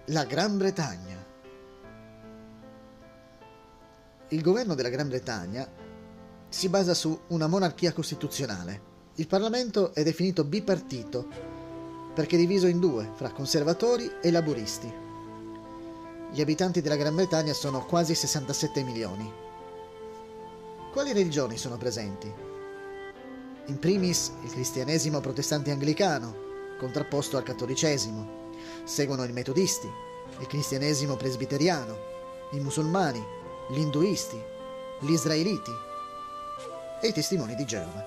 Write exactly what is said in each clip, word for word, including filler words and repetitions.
La Gran Bretagna. Il governo della Gran Bretagna si basa su una monarchia costituzionale. Il Parlamento è definito bipartito perché è diviso in due, fra conservatori e laburisti. Gli abitanti della Gran Bretagna sono quasi sessantasette milioni. Quali religioni sono presenti? In primis il cristianesimo protestante anglicano, contrapposto al cattolicesimo. Seguono i metodisti, il cristianesimo presbiteriano, i musulmani, gli induisti, gli israeliti e i testimoni di Geova.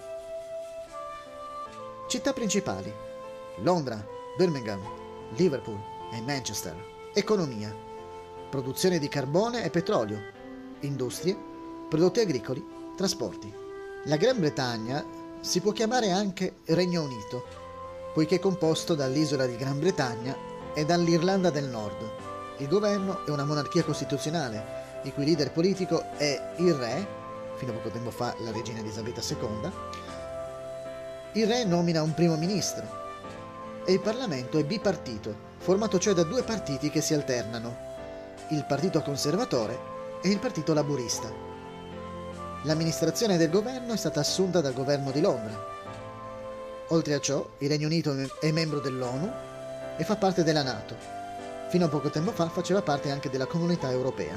Città principali: Londra, Birmingham, Liverpool e Manchester. Economia: produzione di carbone e petrolio, industrie, prodotti agricoli, trasporti. La Gran Bretagna si può chiamare anche Regno Unito, poiché è composto dall'isola di Gran Bretagna e dall'Irlanda del Nord. Il governo è una monarchia costituzionale, il cui leader politico è il re, fino a poco tempo fa la regina Elisabetta seconda. Il re nomina un primo ministro e il Parlamento è bipartito, formato cioè da due partiti che si alternano, il partito conservatore e il partito laburista. L'amministrazione del governo è stata assunta dal governo di Londra. Oltre a ciò, il Regno Unito è membro dell'ONU e fa parte della NATO. Fino a poco tempo fa faceva parte anche della Comunità Europea.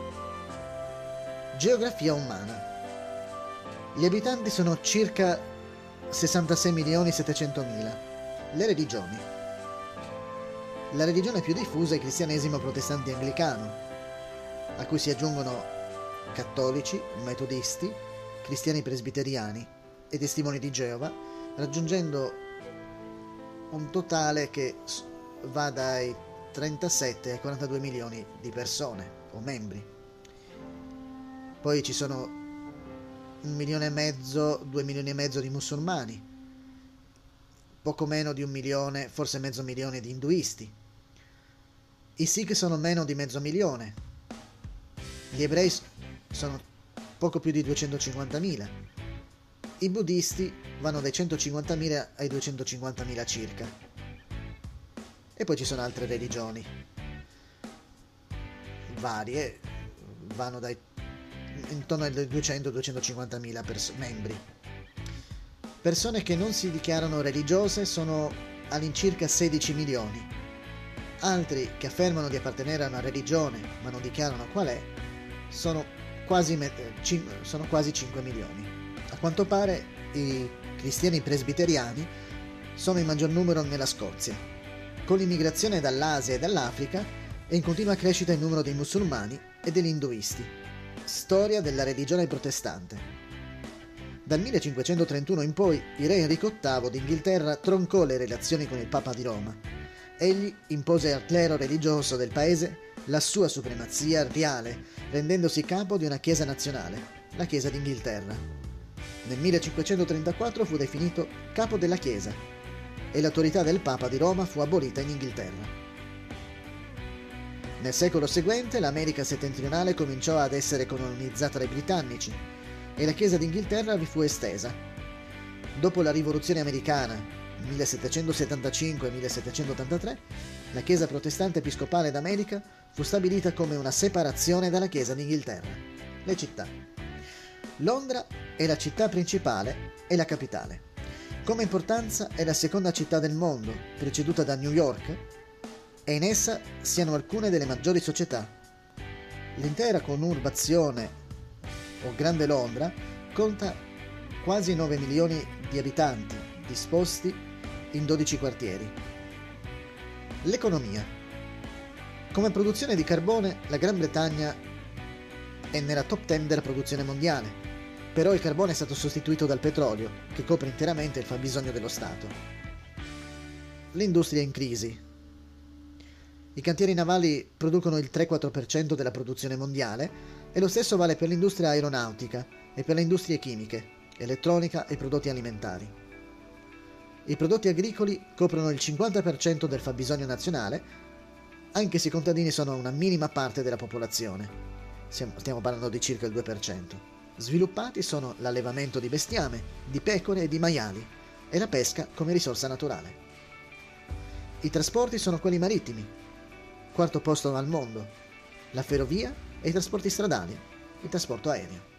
Geografia umana. Gli abitanti sono circa sessantasei milioni settecentomila. Le religioni. La religione più diffusa è il cristianesimo protestante anglicano, a cui si aggiungono cattolici, metodisti, cristiani presbiteriani e testimoni di Geova, raggiungendo un totale che va dai trentasette ai quarantadue milioni di persone o membri. Poi ci sono un milione e mezzo, due milioni e mezzo di musulmani, poco meno di un milione, forse mezzo milione di induisti. I Sikh sono meno di mezzo milione. Gli ebrei sono poco più di duecentocinquantamila. I buddisti vanno dai centocinquantamila ai duecentocinquantamila circa. E poi ci sono altre religioni varie, vanno dai intorno ai duecento duecentocinquantamila pers- membri. Persone che non si dichiarano religiose sono all'incirca sedici milioni. Altri che affermano di appartenere a una religione ma non dichiarano qual è sono quasi, me- cin- sono quasi cinque milioni. A quanto pare i cristiani presbiteriani sono in maggior numero nella Scozia. Con l'immigrazione dall'Asia e dall'Africa è in continua crescita il numero dei musulmani e degli induisti. Storia della religione protestante. Dal millecinquecentotrentuno in poi il re Enrico ottavo d'Inghilterra troncò le relazioni con il Papa di Roma. Egli impose al clero religioso del paese la sua supremazia reale, rendendosi capo di una chiesa nazionale, la Chiesa d'Inghilterra. Nel millecinquecentotrentaquattro fu definito capo della Chiesa e l'autorità del Papa di Roma fu abolita in Inghilterra. Nel secolo seguente l'America settentrionale cominciò ad essere colonizzata dai britannici e la Chiesa d'Inghilterra vi fu estesa. Dopo la Rivoluzione americana, millesettecentosettantacinque millesettecentottantatré, la Chiesa protestante episcopale d'America fu stabilita come una separazione dalla Chiesa d'Inghilterra. Le città. Londra è la città principale e la capitale. Come importanza è la seconda città del mondo, preceduta da New York, e in essa siano alcune delle maggiori società. L'intera conurbazione, o Grande Londra, conta quasi nove milioni di abitanti, disposti in dodici quartieri. L'economia. Come produzione di carbone, la Gran Bretagna è nella top dieci della produzione mondiale. Però il carbone è stato sostituito dal petrolio, che copre interamente il fabbisogno dello Stato. L'industria è in crisi. I cantieri navali producono il tre quattro per cento della produzione mondiale e lo stesso vale per l'industria aeronautica e per le industrie chimiche, elettronica e prodotti alimentari. I prodotti agricoli coprono il cinquanta per cento del fabbisogno nazionale, anche se i contadini sono una minima parte della popolazione. Stiamo parlando di circa il due per cento. Sviluppati sono l'allevamento di bestiame, di pecore e di maiali e la pesca come risorsa naturale. I trasporti sono quelli marittimi. Quarto posto al mondo la ferrovia e i trasporti stradali, il trasporto aereo.